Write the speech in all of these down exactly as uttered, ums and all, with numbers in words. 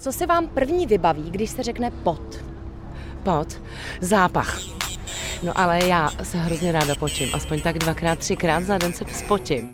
Co se vám první vybaví, když se řekne pot? Pot? Zápach. No ale já se hrozně ráda počím. Aspoň tak dvakrát, třikrát za den se spotím.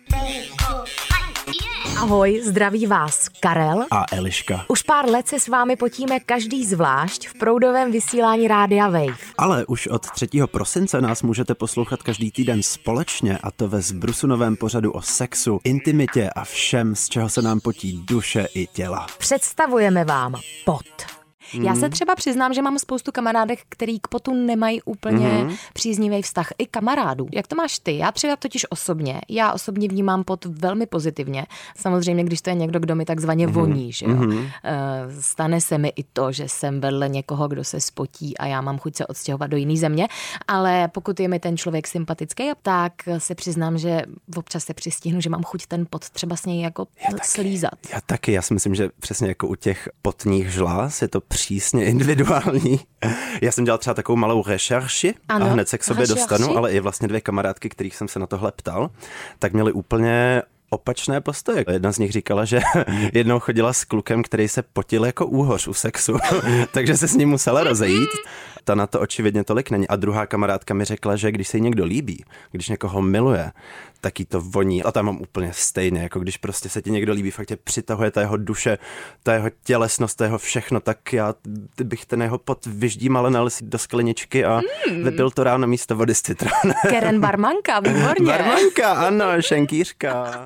Ahoj, zdraví vás Karel a Eliška. Už pár let se s vámi potíme každý zvlášť v proudovém vysílání Rádia Wave. Ale už od třetího prosince nás můžete poslouchat každý týden společně, a to ve zbrusunovém pořadu o sexu, intimitě a všem, z čeho se nám potí duše i těla. Představujeme vám pot. Já se třeba přiznám, že mám spoustu kamarádek, který k potu nemají úplně mm-hmm. příznivý vztah. I kamarádů. Jak to máš ty? Já třeba totiž osobně. Já osobně vnímám pot velmi pozitivně. Samozřejmě, když to je někdo, kdo mi takzvaně mm-hmm. voní. Že jo? Mm-hmm. Stane se mi i to, že jsem vedle někoho, kdo se spotí a já mám chuť se odstěhovat do jiné země. Ale pokud je mi ten člověk sympatický, tak se přiznám, že občas se přistihnu, že mám chuť ten pot třeba s něj jako já slízat. Taky, já taky. Já si myslím, že přesně jako u těch potních žláz je to přísně individuální. Já jsem dělal třeba takovou malou rešerši a hned se k sobě rešerši? dostanu, ale i vlastně dvě kamarádky, kterých jsem se na tohle ptal, tak měli úplně opačné postoje. Jedna z nich říkala, že jednou chodila s klukem, který se potil jako úhoř u sexu, takže se s ním musela rozejít. Ta na to očividně tolik není. A druhá kamarádka mi řekla, že když se jí někdo líbí, když někoho miluje, tak jí to voní. A tam mám úplně stejně, jako když prostě se ti někdo líbí, fakt tě přitahuje ta jeho duše, ta jeho tělesnost, ta jeho všechno, tak já bych ten jeho pot vyždímal, nalil si do skleničky a mm. vypil to ráno místo vody z citronem. Keren barmanka, výborně. Barmanka, ano, šenkýřka.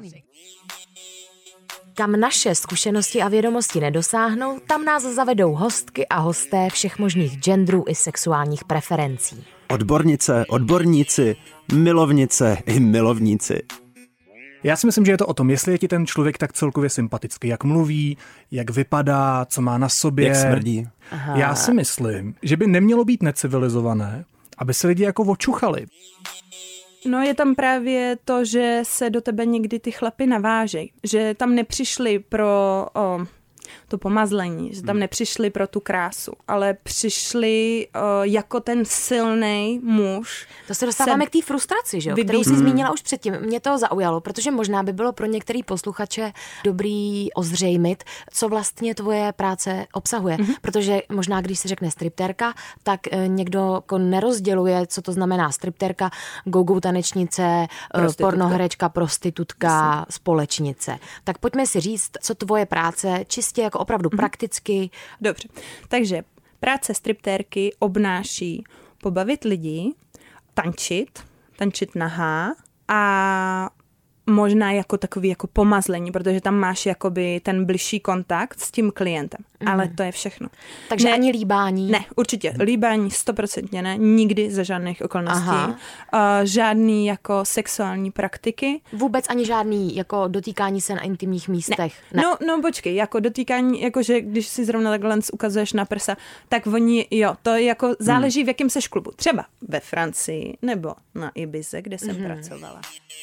Kam naše zkušenosti a vědomosti nedosáhnou, tam nás zavedou hostky a hosté všech možných genderů i sexuálních preferencí. Odbornice, odborníci, milovnice i milovníci. Já si myslím, že je to o tom, jestli je ti ten člověk tak celkově sympatický, jak mluví, jak vypadá, co má na sobě. Jak smrdí. Aha. Já si myslím, že by nemělo být necivilizované, aby se lidi jako očuchali. No je tam právě to, že se do tebe někdy ty chlapy navážejí. Že tam nepřišli pro o, to pomazlení, že tam nepřišli pro tu krásu, ale přišli o, jako ten silnej muž. To se dostáváme se... k té frustraci, že jo? Vybí... kterou jsi zmínila už předtím. Mě to zaujalo, protože možná by bylo pro některý posluchače dobrý ozřejmit, co vlastně tvoje práce obsahuje. Mm-hmm. Protože možná, když se řekne striptérka, tak někdo jako nerozděluje, co to znamená striptérka, go-go tanečnice, prostitutka. pornoherečka, prostitutka, Myslím. společnice. Tak pojďme si říct, co tvoje práce čistě jako opravdu mm-hmm. prakticky. Dobře, takže práce striptérky obnáší pobavit lidi, tančit, tančit nahá a možná jako takový jako pomazlení, protože tam máš jakoby ten bližší kontakt s tím klientem. Mm. Ale to je všechno. Takže ne, ani líbání? Ne, určitě. Líbání stoprocentně ne. Nikdy za žádných okolností. Uh, žádný jako sexuální praktiky. Vůbec ani žádný jako dotýkání se na intimních místech? Ne. Ne. No, no počkej, jako dotýkání, jakože když si zrovna takhle ukazuješ na prsa, tak oni, jo, to jako záleží mm. v jakém seš klubu. Třeba ve Francii nebo na Ibize, kde jsem mm. pracovala.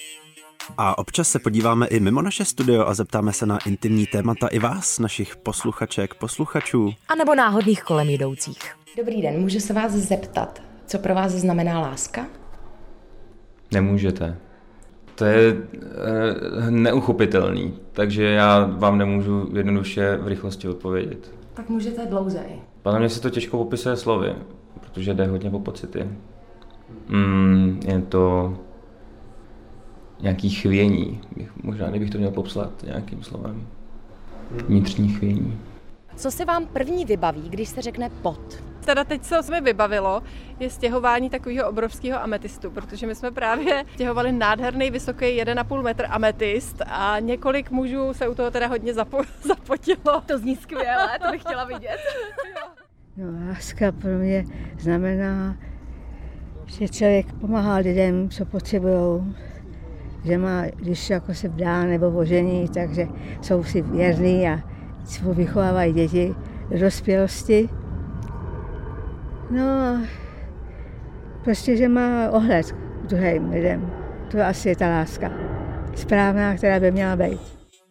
A občas se podíváme i mimo naše studio a zeptáme se na intimní témata i vás, našich posluchaček, posluchačů. A nebo náhodných kolem jdoucích. Dobrý den, můžu se vás zeptat, co pro vás znamená láska? Nemůžete. To je e, neuchopitelný, takže já vám nemůžu jednoduše v rychlosti odpovědět. Tak můžete dlouzeji. Podle mě se to těžko popisuje slovy, protože jde hodně po pocity. Mm, je to nějaký chvění, možná kdybych to měl popsat nějakým slovem. Vnitřní chvění. Co se vám první vybaví, když se řekne pot? Teda teď, co se mi vybavilo, je stěhování takového obrovského ametistu, protože my jsme právě stěhovali nádherný, vysoký jeden a půl metr ametist a několik mužů se u toho teda hodně zapo- zapotilo. To zní skvěle, to bych chtěla vidět. No, láska pro mě znamená, že člověk pomáhá lidem, co potřebujou, že má, když jako se vdá nebo ožení, takže jsou si věrní a svou vychovávají děti do dospělosti. No, prostě, že má ohled k druhým lidem. To asi je ta láska správná, která by měla být.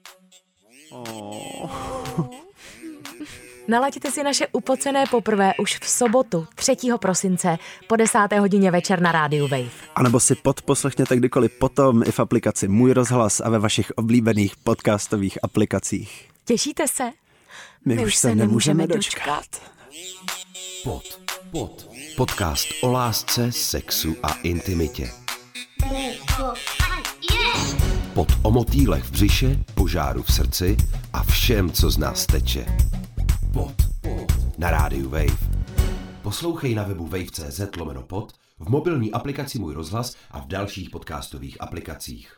Nalaďte si naše upocené poprvé už v sobotu třetího prosince po desáté hodině večer na rádiu Wave. A nebo si pod poslechněte kdykoliv potom i v aplikaci Můj rozhlas a ve vašich oblíbených podcastových aplikacích. Těšíte se? My, My už se nemůžeme dočkat. Pod, pod. Podcast o lásce, sexu a intimitě. Pod o motýlech v břiše, požáru v srdci a všem, co z nás teče. Pod, pod. Na rádiu Wave. Poslouchej na webu wave tečka cz lomeno pod, v mobilní aplikaci Můj rozhlas a v dalších podcastových aplikacích.